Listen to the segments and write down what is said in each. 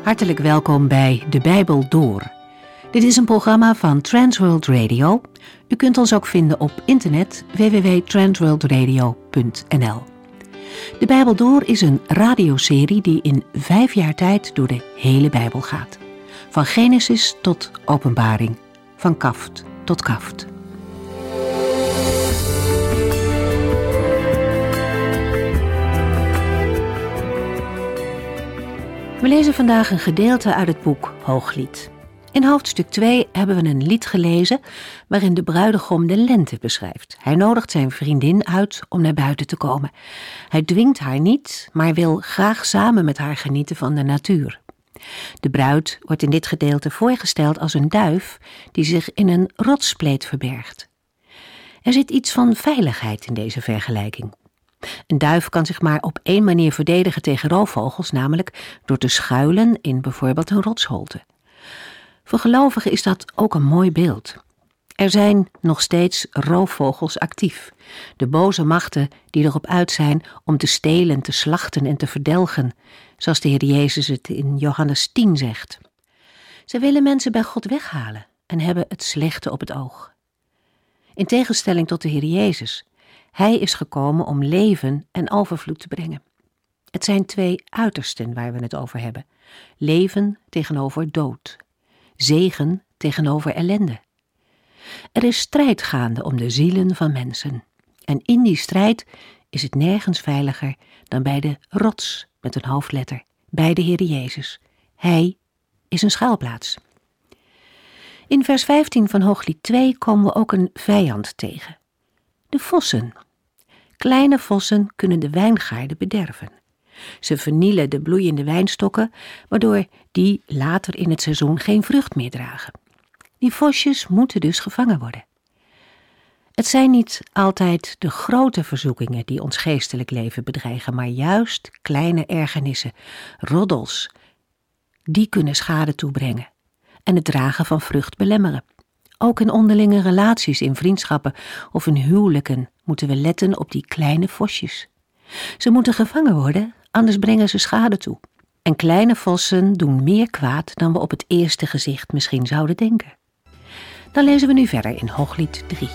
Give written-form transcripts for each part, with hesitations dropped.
Hartelijk welkom bij De Bijbel Door. Dit is een programma van Transworld Radio. U kunt ons ook vinden op internet www.transworldradio.nl. De Bijbel Door is een radioserie die in 5 jaar tijd door de hele Bijbel gaat. Van Genesis tot Openbaring, van kaft tot kaft. We lezen vandaag een gedeelte uit het boek Hooglied. In hoofdstuk 2 hebben we een lied gelezen waarin de bruidegom de lente beschrijft. Hij nodigt zijn vriendin uit om naar buiten te komen. Hij dwingt haar niet, maar wil graag samen met haar genieten van de natuur. De bruid wordt in dit gedeelte voorgesteld als een duif die zich in een rotsspleet verbergt. Er zit iets van veiligheid in deze vergelijking. Een duif kan zich maar op 1 manier verdedigen tegen roofvogels, namelijk door te schuilen in bijvoorbeeld een rotsholte. Voor gelovigen is dat ook een mooi beeld. Er zijn nog steeds roofvogels actief. De boze machten die erop uit zijn om te stelen, te slachten en te verdelgen, zoals de Heer Jezus het in Johannes 10 zegt. Ze willen mensen bij God weghalen en hebben het slechte op het oog. In tegenstelling tot de Heer Jezus, Hij is gekomen om leven en overvloed te brengen. Het zijn 2 uitersten waar we het over hebben. Leven tegenover dood. Zegen tegenover ellende. Er is strijd gaande om de zielen van mensen. En in die strijd is het nergens veiliger dan bij de rots met een hoofdletter, bij de Heer Jezus. Hij is een schuilplaats. In vers 15 van Hooglied 2 komen we ook een vijand tegen. De vossen. Kleine vossen kunnen de wijngaarden bederven. Ze vernielen de bloeiende wijnstokken, waardoor die later in het seizoen geen vrucht meer dragen. Die vosjes moeten dus gevangen worden. Het zijn niet altijd de grote verzoekingen die ons geestelijk leven bedreigen, maar juist kleine ergernissen, roddels. Die kunnen schade toebrengen en het dragen van vrucht belemmeren. Ook in onderlinge relaties, in vriendschappen of in huwelijken moeten we letten op die kleine vosjes. Ze moeten gevangen worden, anders brengen ze schade toe. En kleine vossen doen meer kwaad dan we op het eerste gezicht misschien zouden denken. Dan lezen we nu verder in Hooglied 3.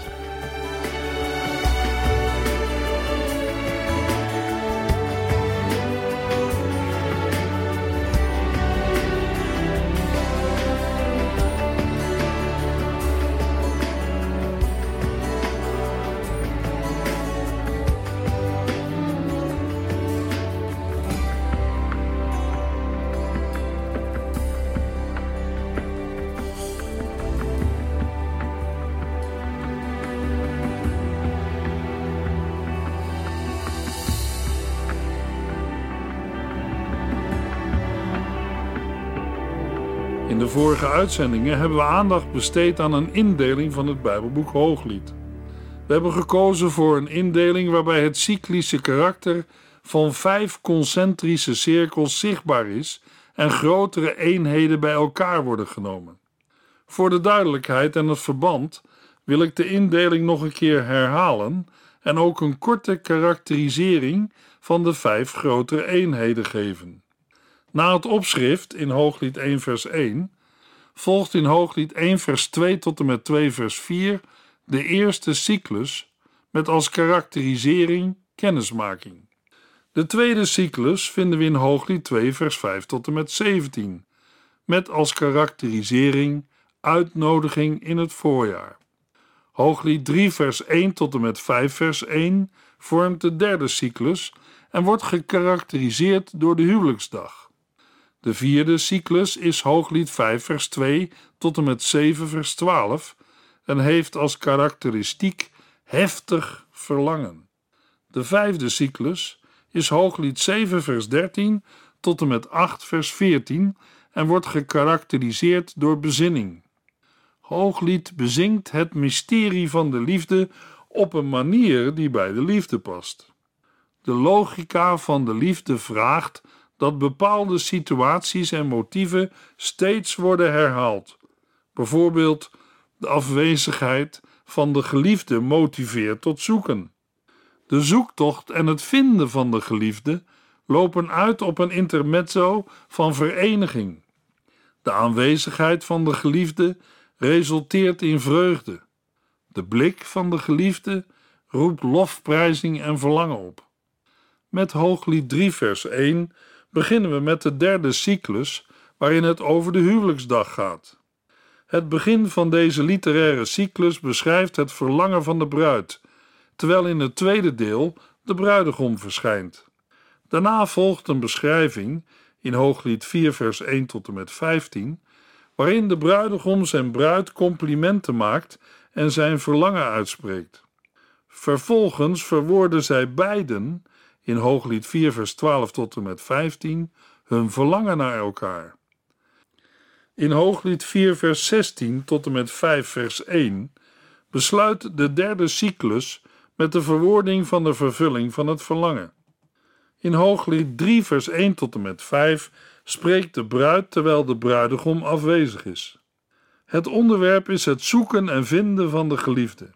In de vorige uitzendingen hebben we aandacht besteed aan een indeling van het Bijbelboek Hooglied. We hebben gekozen voor een indeling waarbij het cyclische karakter van 5 concentrische cirkels zichtbaar is en grotere eenheden bij elkaar worden genomen. Voor de duidelijkheid en het verband wil ik de indeling nog een keer herhalen en ook een korte karakterisering van de 5 grotere eenheden geven. Na het opschrift in Hooglied 1 vers 1 volgt in Hooglied 1 vers 2 tot en met 2 vers 4 de eerste cyclus met als karakterisering kennismaking. De tweede cyclus vinden we in Hooglied 2 vers 5 tot en met 17 met als karakterisering uitnodiging in het voorjaar. Hooglied 3 vers 1 tot en met 5 vers 1 vormt de derde cyclus en wordt gekarakteriseerd door de huwelijksdag. De vierde cyclus is Hooglied 5 vers 2 tot en met 7 vers 12 en heeft als karakteristiek heftig verlangen. De vijfde cyclus is Hooglied 7 vers 13 tot en met 8 vers 14 en wordt gekarakteriseerd door bezinning. Hooglied bezingt het mysterie van de liefde op een manier die bij de liefde past. De logica van de liefde vraagt dat bepaalde situaties en motieven steeds worden herhaald. Bijvoorbeeld de afwezigheid van de geliefde motiveert tot zoeken. De zoektocht en het vinden van de geliefde lopen uit op een intermezzo van vereniging. De aanwezigheid van de geliefde resulteert in vreugde. De blik van de geliefde roept lofprijzing en verlangen op. Met Hooglied 3 vers 1 beginnen we met de derde cyclus waarin het over de huwelijksdag gaat. Het begin van deze literaire cyclus beschrijft het verlangen van de bruid, terwijl in het tweede deel de bruidegom verschijnt. Daarna volgt een beschrijving in Hooglied 4 vers 1 tot en met 15, waarin de bruidegom zijn bruid complimenten maakt en zijn verlangen uitspreekt. Vervolgens verwoorden zij beiden in Hooglied 4 vers 12 tot en met 15 hun verlangen naar elkaar. In Hooglied 4 vers 16 tot en met 5 vers 1 besluit de derde cyclus met de verwoording van de vervulling van het verlangen. In Hooglied 3 vers 1 tot en met 5 spreekt de bruid terwijl de bruidegom afwezig is. Het onderwerp is het zoeken en vinden van de geliefde.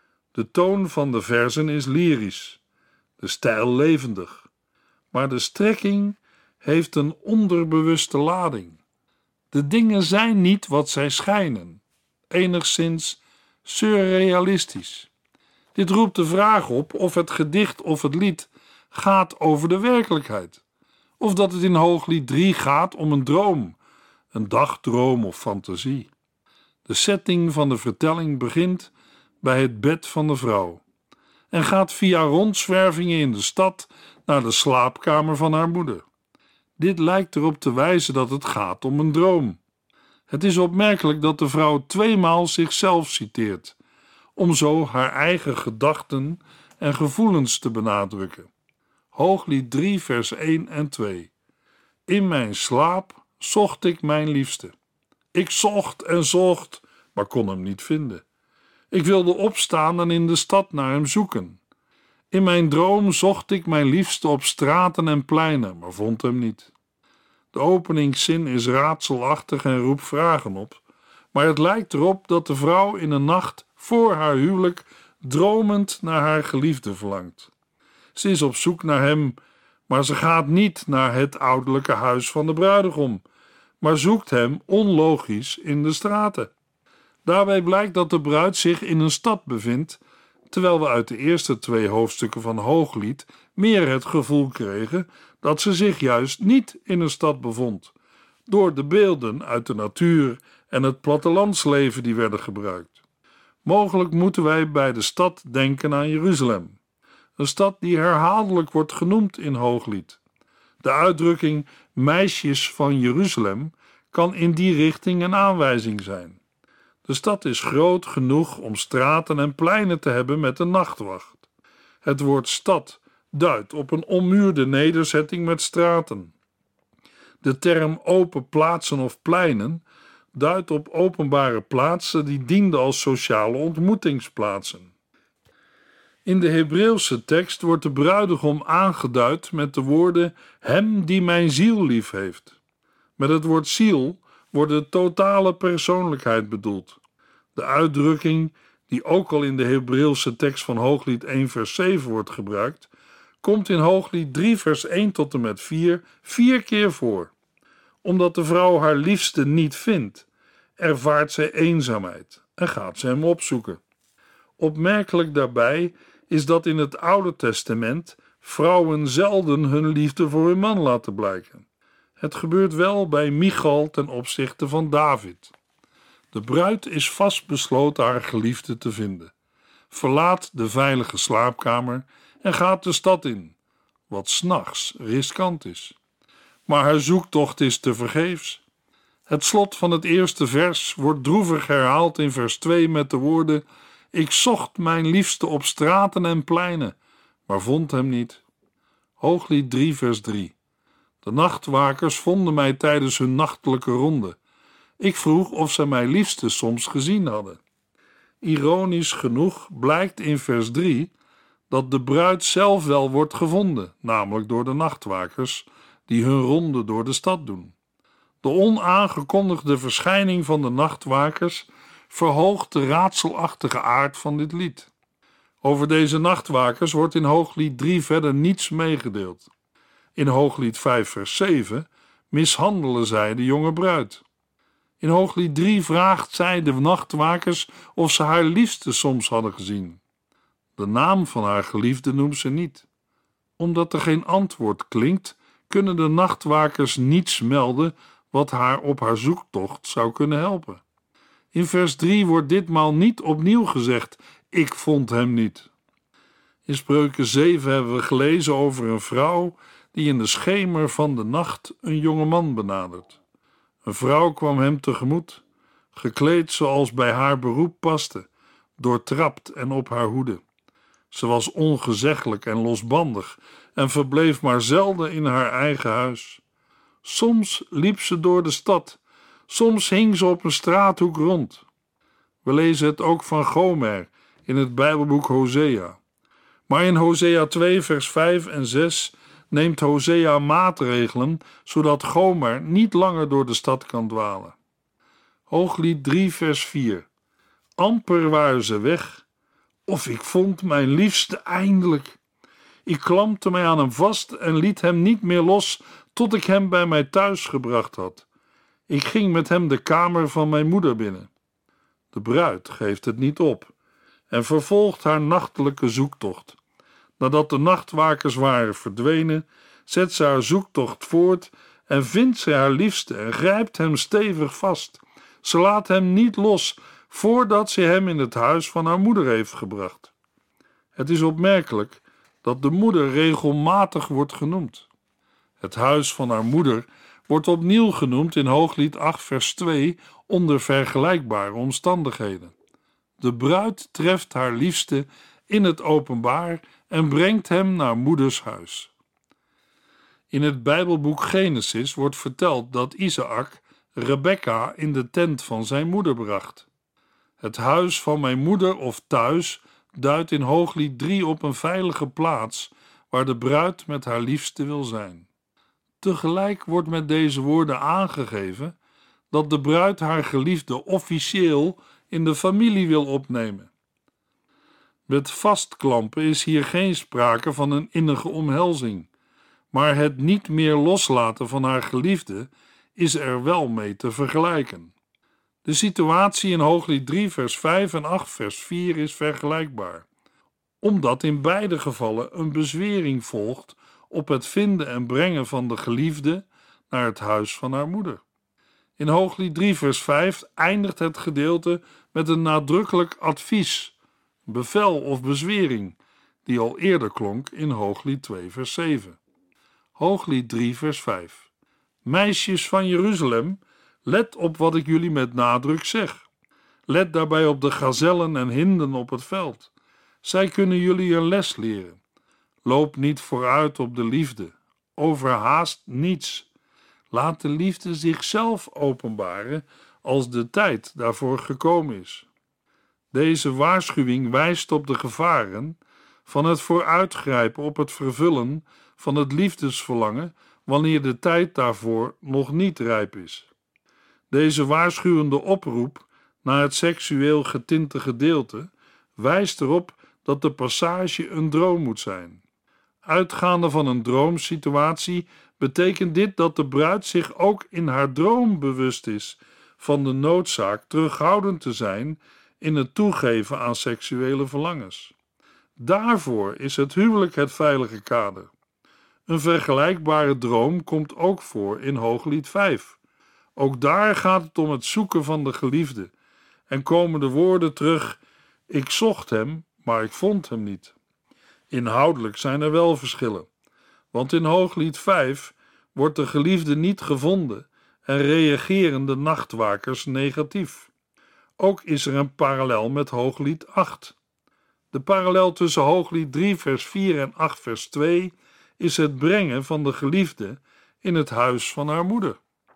De toon van de verzen is lyrisch, de stijl levendig, maar de strekking heeft een onderbewuste lading. De dingen zijn niet wat zij schijnen, enigszins surrealistisch. Dit roept de vraag op of het gedicht of het lied gaat over de werkelijkheid, of dat het in Hooglied 3 gaat om een droom, een dagdroom of fantasie. De setting van de vertelling begint bij het bed van de vrouw en gaat via rondzwervingen in de stad naar de slaapkamer van haar moeder. Dit lijkt erop te wijzen dat het gaat om een droom. Het is opmerkelijk dat de vrouw tweemaal zichzelf citeert, om zo haar eigen gedachten en gevoelens te benadrukken. Hooglied 3 vers 1 en 2. In mijn slaap zocht ik mijn liefste. Ik zocht en zocht, maar kon hem niet vinden. Ik wilde opstaan en in de stad naar hem zoeken. In mijn droom zocht ik mijn liefste op straten en pleinen, maar vond hem niet. De openingszin is raadselachtig en roept vragen op, maar het lijkt erop dat de vrouw in een nacht voor haar huwelijk dromend naar haar geliefde verlangt. Ze is op zoek naar hem, maar ze gaat niet naar het ouderlijke huis van de bruidegom, maar zoekt hem onlogisch in de straten. Daarbij blijkt dat de bruid zich in een stad bevindt, terwijl we uit de eerste 2 hoofdstukken van Hooglied meer het gevoel kregen dat ze zich juist niet in een stad bevond, door de beelden uit de natuur en het plattelandsleven die werden gebruikt. Mogelijk moeten wij bij de stad denken aan Jeruzalem, een stad die herhaaldelijk wordt genoemd in Hooglied. De uitdrukking meisjes van Jeruzalem kan in die richting een aanwijzing zijn. De stad is groot genoeg om straten en pleinen te hebben met een nachtwacht. Het woord stad duidt op een ommuurde nederzetting met straten. De term open plaatsen of pleinen duidt op openbare plaatsen die dienden als sociale ontmoetingsplaatsen. In de Hebreeuwse tekst wordt de bruidegom aangeduid met de woorden hem die mijn ziel lief heeft. Met het woord ziel wordt de totale persoonlijkheid bedoeld. De uitdrukking, die ook al in de Hebreeuwse tekst van Hooglied 1 vers 7 wordt gebruikt, komt in Hooglied 3 vers 1 tot en met 4 keer voor. Omdat de vrouw haar liefste niet vindt, ervaart zij eenzaamheid en gaat ze hem opzoeken. Opmerkelijk daarbij is dat in het Oude Testament vrouwen zelden hun liefde voor hun man laten blijken. Het gebeurt wel bij Michal ten opzichte van David. De bruid is vastbesloten haar geliefde te vinden, verlaat de veilige slaapkamer en gaat de stad in, wat 's nachts riskant is. Maar haar zoektocht is tevergeefs. Het slot van het eerste vers wordt droevig herhaald in vers 2 met de woorden: ik zocht mijn liefste op straten en pleinen, maar vond hem niet. Hooglied 3 vers 3. De nachtwakers vonden mij tijdens hun nachtelijke ronde. Ik vroeg of zij mijn liefste soms gezien hadden. Ironisch genoeg blijkt in vers 3 dat de bruid zelf wel wordt gevonden, namelijk door de nachtwakers die hun ronde door de stad doen. De onaangekondigde verschijning van de nachtwakers verhoogt de raadselachtige aard van dit lied. Over deze nachtwakers wordt in Hooglied 3 verder niets meegedeeld. In Hooglied 5 vers 7 mishandelen zij de jonge bruid. In Hooglied 3 vraagt zij de nachtwakers of ze haar liefste soms hadden gezien. De naam van haar geliefde noemt ze niet. Omdat er geen antwoord klinkt, kunnen de nachtwakers niets melden wat haar op haar zoektocht zou kunnen helpen. In vers 3 wordt ditmaal niet opnieuw gezegd: ik vond hem niet. In Spreuken 7 hebben we gelezen over een vrouw die in de schemer van de nacht een jonge man benadert. Een vrouw kwam hem tegemoet, gekleed zoals bij haar beroep paste, doortrapt en op haar hoede. Ze was ongezeggelijk en losbandig en verbleef maar zelden in haar eigen huis. Soms liep ze door de stad, soms hing ze op een straathoek rond. We lezen het ook van Gomer in het Bijbelboek Hosea. Maar in Hosea 2 vers 5 en 6 neemt Hosea maatregelen zodat Gomer niet langer door de stad kan dwalen. Hooglied 3 vers 4. Amper waren ze weg, of ik vond mijn liefste eindelijk. Ik klampte mij aan hem vast en liet hem niet meer los tot ik hem bij mij thuis gebracht had. Ik ging met hem de kamer van mijn moeder binnen. De bruid geeft het niet op en vervolgt haar nachtelijke zoektocht. Nadat de nachtwakers waren verdwenen, zet ze haar zoektocht voort en vindt ze haar liefste en grijpt hem stevig vast. Ze laat hem niet los voordat ze hem in het huis van haar moeder heeft gebracht. Het is opmerkelijk dat de moeder regelmatig wordt genoemd. Het huis van haar moeder wordt opnieuw genoemd in Hooglied 8 vers 2 onder vergelijkbare omstandigheden. De bruid treft haar liefste in het openbaar en brengt hem naar moeders huis. In het Bijbelboek Genesis wordt verteld dat Isaak Rebekka in de tent van zijn moeder bracht. Het huis van mijn moeder of thuis duidt in Hooglied 3 op een veilige plaats waar de bruid met haar liefste wil zijn. Tegelijk wordt met deze woorden aangegeven dat de bruid haar geliefde officieel in de familie wil opnemen. Met vastklampen is hier geen sprake van een innige omhelzing, maar het niet meer loslaten van haar geliefde is er wel mee te vergelijken. De situatie in Hooglied 3 vers 5 en 8 vers 4 is vergelijkbaar, omdat in beide gevallen een bezwering volgt op het vinden en brengen van de geliefde naar het huis van haar moeder. In Hooglied 3 vers 5 eindigt het gedeelte met een nadrukkelijk advies, bevel of bezwering, die al eerder klonk in Hooglied 2 vers 7. Hooglied 3 vers 5. Meisjes van Jeruzalem, let op wat ik jullie met nadruk zeg. Let daarbij op de gazellen en hinden op het veld. Zij kunnen jullie een les leren. Loop niet vooruit op de liefde. Overhaast niets. Laat de liefde zichzelf openbaren als de tijd daarvoor gekomen is. Deze waarschuwing wijst op de gevaren van het vooruitgrijpen op het vervullen van het liefdesverlangen wanneer de tijd daarvoor nog niet rijp is. Deze waarschuwende oproep naar het seksueel getinte gedeelte wijst erop dat de passage een droom moet zijn. Uitgaande van een droomsituatie betekent dit dat de bruid zich ook in haar droom bewust is van de noodzaak terughoudend te zijn in het toegeven aan seksuele verlangens. Daarvoor is het huwelijk het veilige kader. Een vergelijkbare droom komt ook voor in Hooglied 5. Ook daar gaat het om het zoeken van de geliefde en komen de woorden terug: ik zocht hem, maar ik vond hem niet. Inhoudelijk zijn er wel verschillen, want in Hooglied 5 wordt de geliefde niet gevonden en reageren de nachtwakers negatief. Ook is er een parallel met Hooglied 8. De parallel tussen Hooglied 3 vers 4 en 8 vers 2 is het brengen van de geliefde in het huis van haar moeder.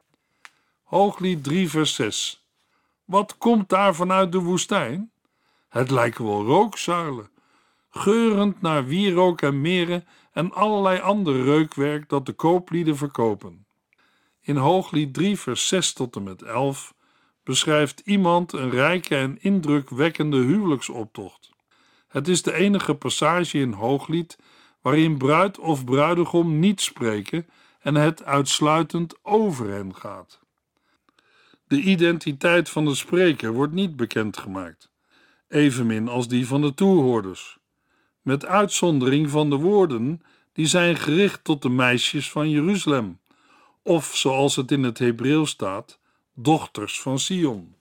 Hooglied 3 vers 6. Wat komt daar vanuit de woestijn? Het lijken wel rookzuilen, geurend naar wierook en meren en allerlei ander reukwerk dat de kooplieden verkopen. In Hooglied 3 vers 6 tot en met 11 beschrijft iemand een rijke en indrukwekkende huwelijksoptocht. Het is de enige passage in Hooglied waarin bruid of bruidegom niet spreken en het uitsluitend over hen gaat. De identiteit van de spreker wordt niet bekendgemaakt, evenmin als die van de toehoorders, met uitzondering van de woorden die zijn gericht tot de meisjes van Jeruzalem, of zoals het in het Hebreeuws staat, dochters van Sion.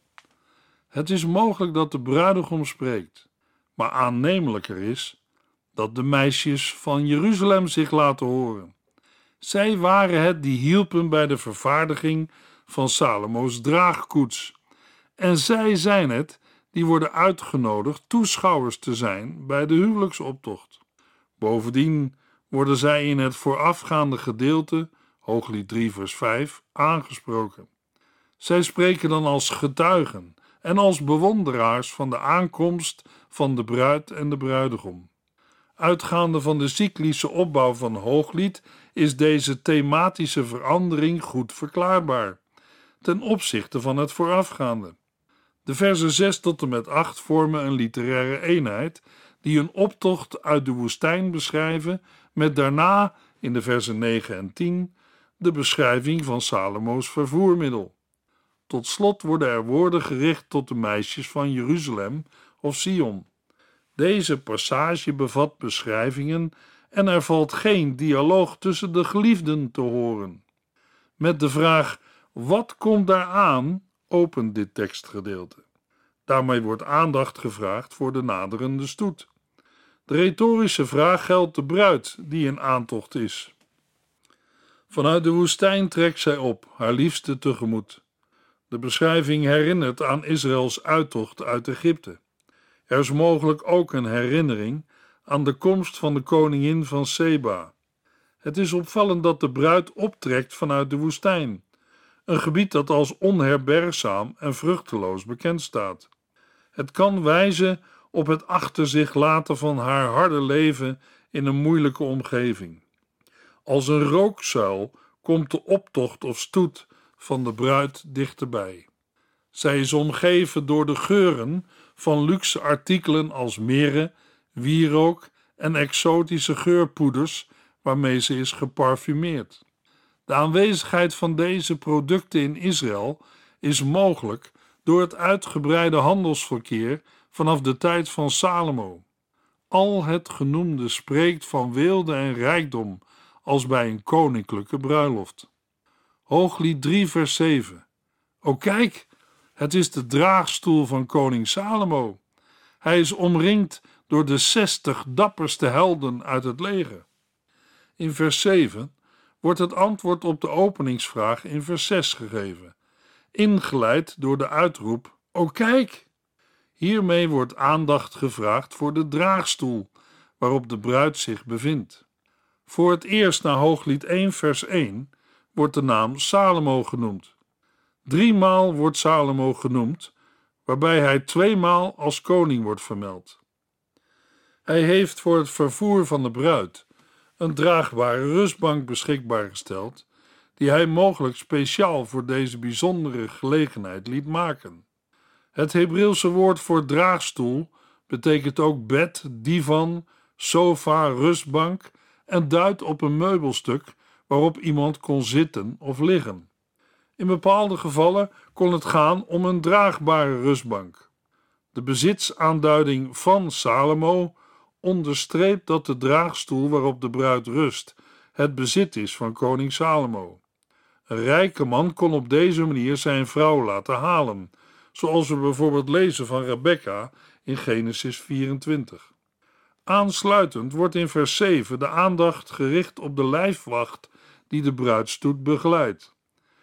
Het is mogelijk dat de bruidegom spreekt, maar aannemelijker is dat de meisjes van Jeruzalem zich laten horen. Zij waren het die hielpen bij de vervaardiging van Salomo's draagkoets, en zij zijn het die worden uitgenodigd toeschouwers te zijn bij de huwelijksoptocht. Bovendien worden zij in het voorafgaande gedeelte, Hooglied 3 vers 5, aangesproken. Zij spreken dan als getuigen en als bewonderaars van de aankomst van de bruid en de bruidegom. Uitgaande van de cyclische opbouw van Hooglied is deze thematische verandering goed verklaarbaar, ten opzichte van het voorafgaande. De versen 6 tot en met 8 vormen een literaire eenheid die een optocht uit de woestijn beschrijven, met daarna in de versen 9 en 10 de beschrijving van Salomo's vervoermiddel. Tot slot worden er woorden gericht tot de meisjes van Jeruzalem of Sion. Deze passage bevat beschrijvingen en er valt geen dialoog tussen de geliefden te horen. Met de vraag: wat komt daar aan, opent dit tekstgedeelte. Daarmee wordt aandacht gevraagd voor de naderende stoet. De retorische vraag geldt de bruid die in aantocht is. Vanuit de woestijn trekt zij op, haar liefste tegemoet. De beschrijving herinnert aan Israëls uittocht uit Egypte. Er is mogelijk ook een herinnering aan de komst van de koningin van Seba. Het is opvallend dat de bruid optrekt vanuit de woestijn, een gebied dat als onherbergzaam en vruchteloos bekend staat. Het kan wijzen op het achter zich laten van haar harde leven in een moeilijke omgeving. Als een rookzuil komt de optocht of stoet van de bruid dichterbij. Zij is omgeven door de geuren van luxe artikelen als mirre, wierook en exotische geurpoeders waarmee ze is geparfumeerd. De aanwezigheid van deze producten in Israël is mogelijk door het uitgebreide handelsverkeer vanaf de tijd van Salomo. Al het genoemde spreekt van weelde en rijkdom als bij een koninklijke bruiloft. Hooglied 3 vers 7. O kijk, het is de draagstoel van koning Salomo. Hij is omringd door de 60 dapperste helden uit het leger. In vers 7 wordt het antwoord op de openingsvraag in vers 6 gegeven, ingeleid door de uitroep: O kijk! Hiermee wordt aandacht gevraagd voor de draagstoel waarop de bruid zich bevindt. Voor het eerst na Hooglied 1 vers 1 wordt de naam Salomo genoemd. 3 maal wordt Salomo genoemd, waarbij hij 2 maal als koning wordt vermeld. Hij heeft voor het vervoer van de bruid een draagbare rustbank beschikbaar gesteld, die hij mogelijk speciaal voor deze bijzondere gelegenheid liet maken. Het Hebreeuwse woord voor draagstoel betekent ook bed, divan, sofa, rustbank en duidt op een meubelstuk waarop iemand kon zitten of liggen. In bepaalde gevallen kon het gaan om een draagbare rustbank. De bezitsaanduiding van Salomo onderstreept dat de draagstoel waarop de bruid rust het bezit is van koning Salomo. Een rijke man kon op deze manier zijn vrouw laten halen, zoals we bijvoorbeeld lezen van Rebekka in Genesis 24. Aansluitend wordt in vers 7 de aandacht gericht op de lijfwacht die de bruidsstoet begeleidt.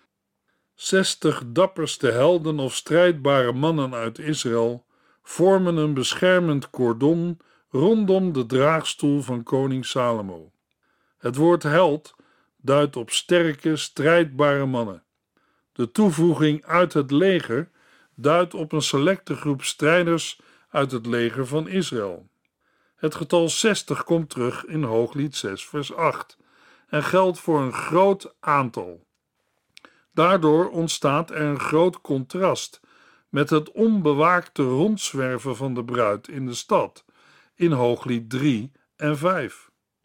60 dapperste helden of strijdbare mannen uit Israël vormen een beschermend cordon rondom de draagstoel van koning Salomo. Het woord held duidt op sterke, strijdbare mannen. De toevoeging uit het leger duidt op een selecte groep strijders uit het leger van Israël. Het getal 60 komt terug in Hooglied 6 vers 8 en geldt voor een groot aantal. Daardoor ontstaat er een groot contrast met het onbewaakte rondzwerven van de bruid in de stad in Hooglied 3 en 5.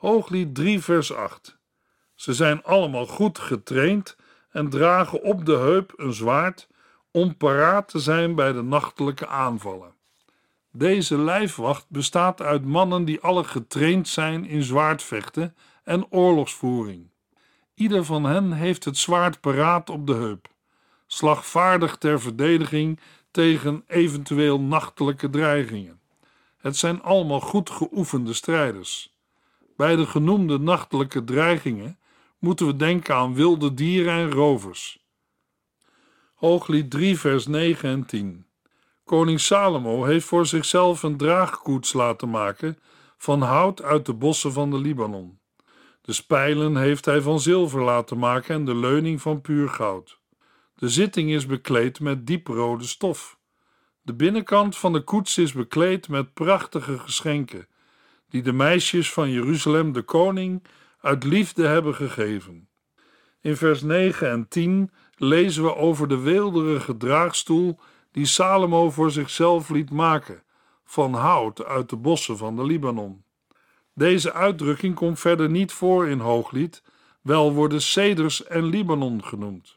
Hooglied 3 vers 8. Ze zijn allemaal goed getraind en dragen op de heup een zwaard om paraat te zijn bij de nachtelijke aanvallen. Deze lijfwacht bestaat uit mannen die alle getraind zijn in zwaardvechten en oorlogsvoering. Ieder van hen heeft het zwaard paraat op de heup, slagvaardig ter verdediging tegen eventueel nachtelijke dreigingen. Het zijn allemaal goed geoefende strijders. Bij de genoemde nachtelijke dreigingen moeten we denken aan wilde dieren en rovers. Hooglied 3 vers 9 en 10. Koning Salomo heeft voor zichzelf een draagkoets laten maken van hout uit de bossen van de Libanon. De spijlen heeft hij van zilver laten maken en de leuning van puur goud. De zitting is bekleed met dieprode stof. De binnenkant van de koets is bekleed met prachtige geschenken, die de meisjes van Jeruzalem de koning uit liefde hebben gegeven. In vers 9 en 10 lezen we over de weelderige draagstoel die Salomo voor zichzelf liet maken, van hout uit de bossen van de Libanon. Deze uitdrukking komt verder niet voor in Hooglied, wel worden ceders en Libanon genoemd.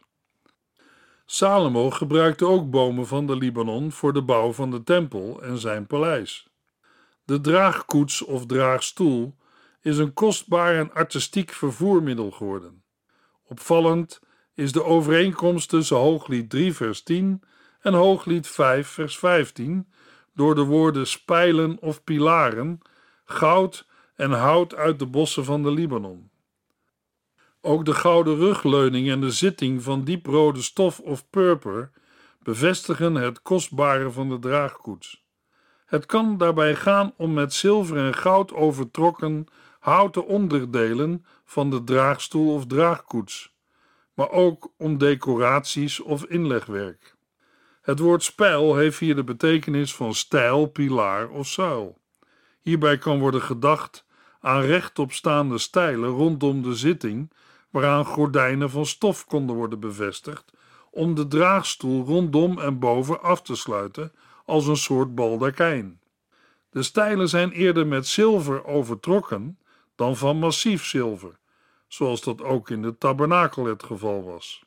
Salomo gebruikte ook bomen van de Libanon voor de bouw van de tempel en zijn paleis. De draagkoets of draagstoel is een kostbaar en artistiek vervoermiddel geworden. Opvallend is de overeenkomst tussen Hooglied 3 vers 10 en Hooglied 5 vers 15 door de woorden spijlen of pilaren, goud en hout uit de bossen van de Libanon. Ook de gouden rugleuning en de zitting van dieprode stof of purper bevestigen het kostbare van de draagkoets. Het kan daarbij gaan om met zilver en goud overtrokken houten onderdelen van de draagstoel of draagkoets, maar ook om decoraties of inlegwerk. Het woord spijl heeft hier de betekenis van stijl, pilaar of zuil. Hierbij kan worden gedacht aan rechtopstaande stijlen rondom de zitting, waaraan gordijnen van stof konden worden bevestigd om de draagstoel rondom en boven af te sluiten als een soort baldakijn. De stijlen zijn eerder met zilver overtrokken dan van massief zilver, zoals dat ook in de tabernakel het geval was.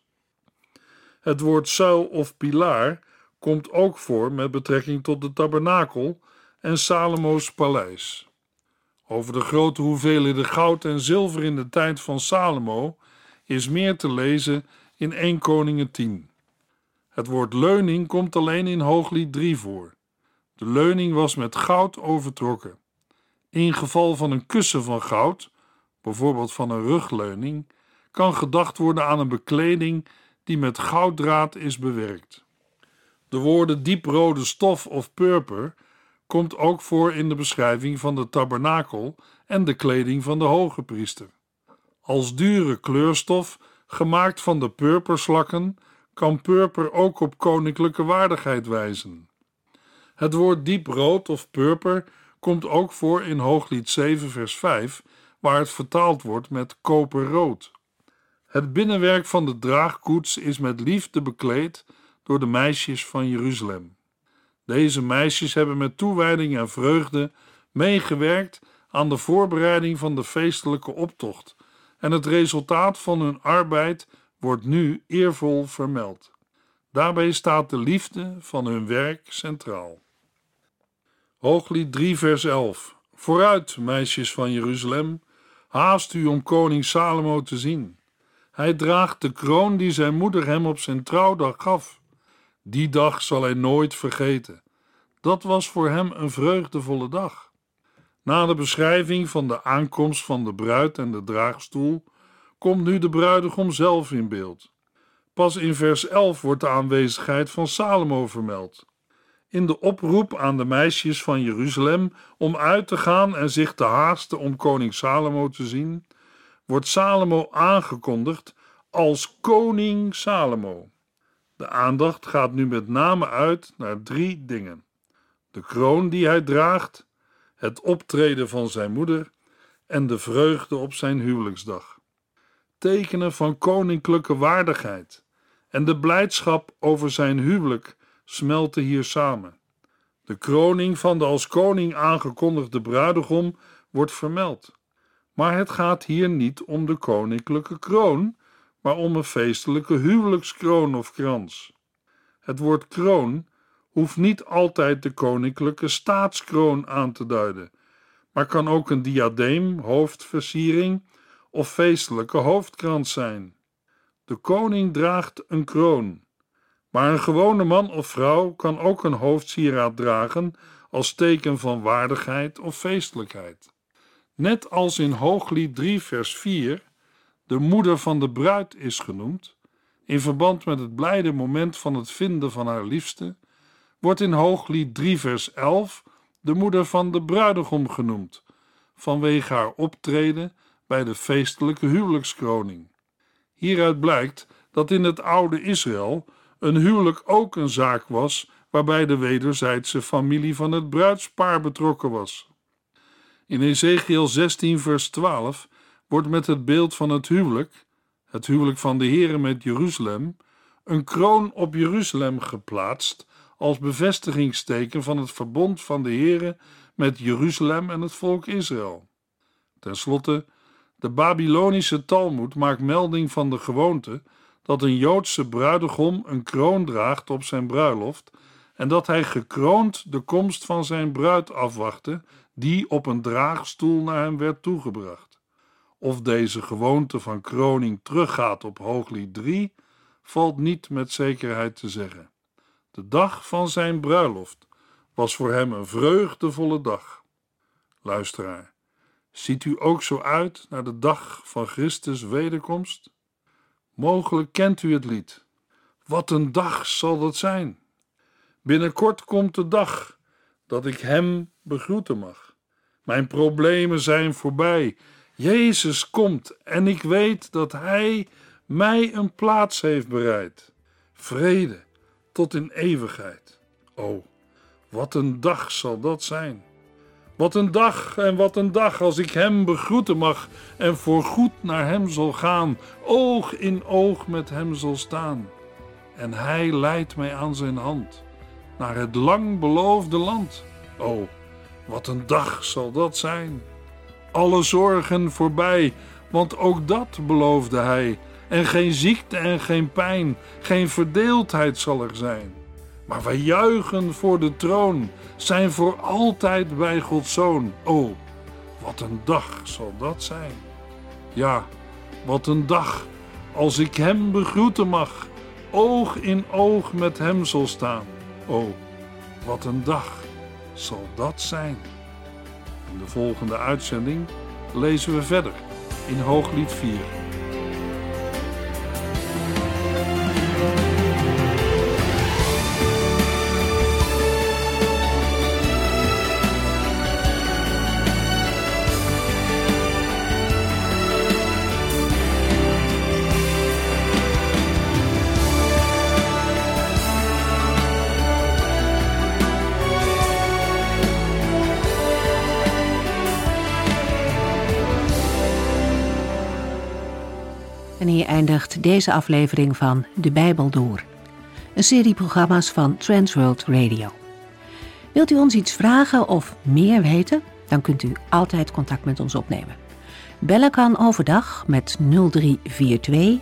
Het woord zuil of pilaar komt ook voor met betrekking tot de tabernakel en Salomo's paleis. Over de grote hoeveelheden goud en zilver in de tijd van Salomo is meer te lezen in 1 Koningen 10. Het woord leuning komt alleen in Hooglied 3 voor. De leuning was met goud overtrokken. In geval van een kussen van goud, bijvoorbeeld van een rugleuning, kan gedacht worden aan een bekleding die met gouddraad is bewerkt. De woorden dieprode stof of purper komt ook voor in de beschrijving van de tabernakel en de kleding van de hoge priester. Als dure kleurstof, gemaakt van de purperslakken, kan purper ook op koninklijke waardigheid wijzen. Het woord dieprood of purper komt ook voor in Hooglied 7 vers 5, waar het vertaald wordt met koperrood. Het binnenwerk van de draagkoets is met liefde bekleed door de meisjes van Jeruzalem. Deze meisjes hebben met toewijding en vreugde meegewerkt aan de voorbereiding van de feestelijke optocht en het resultaat van hun arbeid wordt nu eervol vermeld. Daarbij staat de liefde van hun werk centraal. Hooglied 3 vers 11. Vooruit, meisjes van Jeruzalem, haast u om koning Salomo te zien. Hij draagt de kroon die zijn moeder hem op zijn trouwdag gaf. Die dag zal hij nooit vergeten. Dat was voor hem een vreugdevolle dag. Na de beschrijving van de aankomst van de bruid en de draagstoel komt nu de bruidegom zelf in beeld. Pas in vers 11 wordt de aanwezigheid van Salomo vermeld. In de oproep aan de meisjes van Jeruzalem om uit te gaan en zich te haasten om koning Salomo te zien, wordt Salomo aangekondigd als koning Salomo. De aandacht gaat nu met name uit naar 3 dingen: de kroon die hij draagt, het optreden van zijn moeder en de vreugde op zijn huwelijksdag. Tekenen van koninklijke waardigheid en de blijdschap over zijn huwelijk smelten hier samen. De kroning van de als koning aangekondigde bruidegom wordt vermeld. Maar het gaat hier niet om de koninklijke kroon, maar om een feestelijke huwelijkskroon of krans. Het woord kroon hoeft niet altijd de koninklijke staatskroon aan te duiden, maar kan ook een diadeem, hoofdversiering of feestelijke hoofdkrans zijn. De koning draagt een kroon, maar een gewone man of vrouw kan ook een hoofdsieraad dragen als teken van waardigheid of feestelijkheid. Net als in Hooglied 3 vers 4 de moeder van de bruid is genoemd, in verband met het blijde moment van het vinden van haar liefste, wordt in Hooglied 3 vers 11 de moeder van de bruidegom genoemd, vanwege haar optreden bij de feestelijke huwelijkskroning. Hieruit blijkt dat in het oude Israël een huwelijk ook een zaak was waarbij de wederzijdse familie van het bruidspaar betrokken was. In Ezechiël 16 vers 12 wordt met het beeld van het huwelijk van de Here met Jeruzalem, een kroon op Jeruzalem geplaatst als bevestigingsteken van het verbond van de Here met Jeruzalem en het volk Israël. Ten slotte, de Babylonische Talmoed maakt melding van de gewoonte dat een Joodse bruidegom een kroon draagt op zijn bruiloft en dat hij gekroond de komst van zijn bruid afwachtte, die op een draagstoel naar hem werd toegebracht. Of deze gewoonte van kroning teruggaat op Hooglied 3, valt niet met zekerheid te zeggen. De dag van zijn bruiloft was voor hem een vreugdevolle dag. Luisteraar, ziet u ook zo uit naar de dag van Christus' wederkomst? Mogelijk kent u het lied. Wat een dag zal dat zijn! Binnenkort komt de dag dat ik hem begroeten mag. Mijn problemen zijn voorbij. Jezus komt en ik weet dat hij mij een plaats heeft bereid. Vrede tot in eeuwigheid. O, wat een dag zal dat zijn! Wat een dag en wat een dag als ik hem begroeten mag en voorgoed naar hem zal gaan, oog in oog met hem zal staan. En hij leidt mij aan zijn hand naar het lang beloofde land. O, wat een dag zal dat zijn! Alle zorgen voorbij, want ook dat beloofde hij. En geen ziekte en geen pijn, geen verdeeldheid zal er zijn. Maar wij juichen voor de troon, zijn voor altijd bij Gods Zoon. O, wat een dag zal dat zijn! Ja, wat een dag als ik hem begroeten mag, oog in oog met hem zal staan. O, wat een dag zal dat zijn! In de volgende uitzending lezen we verder in Hooglied 4. En hier eindigt deze aflevering van De Bijbel Door. Een serie programma's van Transworld Radio. Wilt u ons iets vragen of meer weten? Dan kunt u altijd contact met ons opnemen. Bellen kan overdag met 0342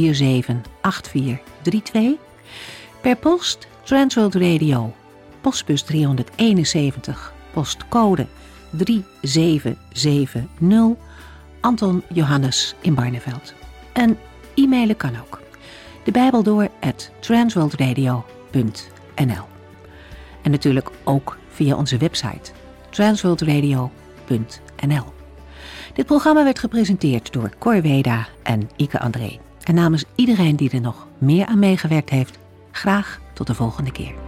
478432. Per post Transworld Radio, postbus 371, postcode 3770, Anton Johannes in Barneveld. En e-mailen kan ook. De Bijbel door @transworldradio.nl. En natuurlijk ook via onze website transworldradio.nl. Dit programma werd gepresenteerd door Cor Weda en Ike André. En namens iedereen die er nog meer aan meegewerkt heeft, graag tot de volgende keer.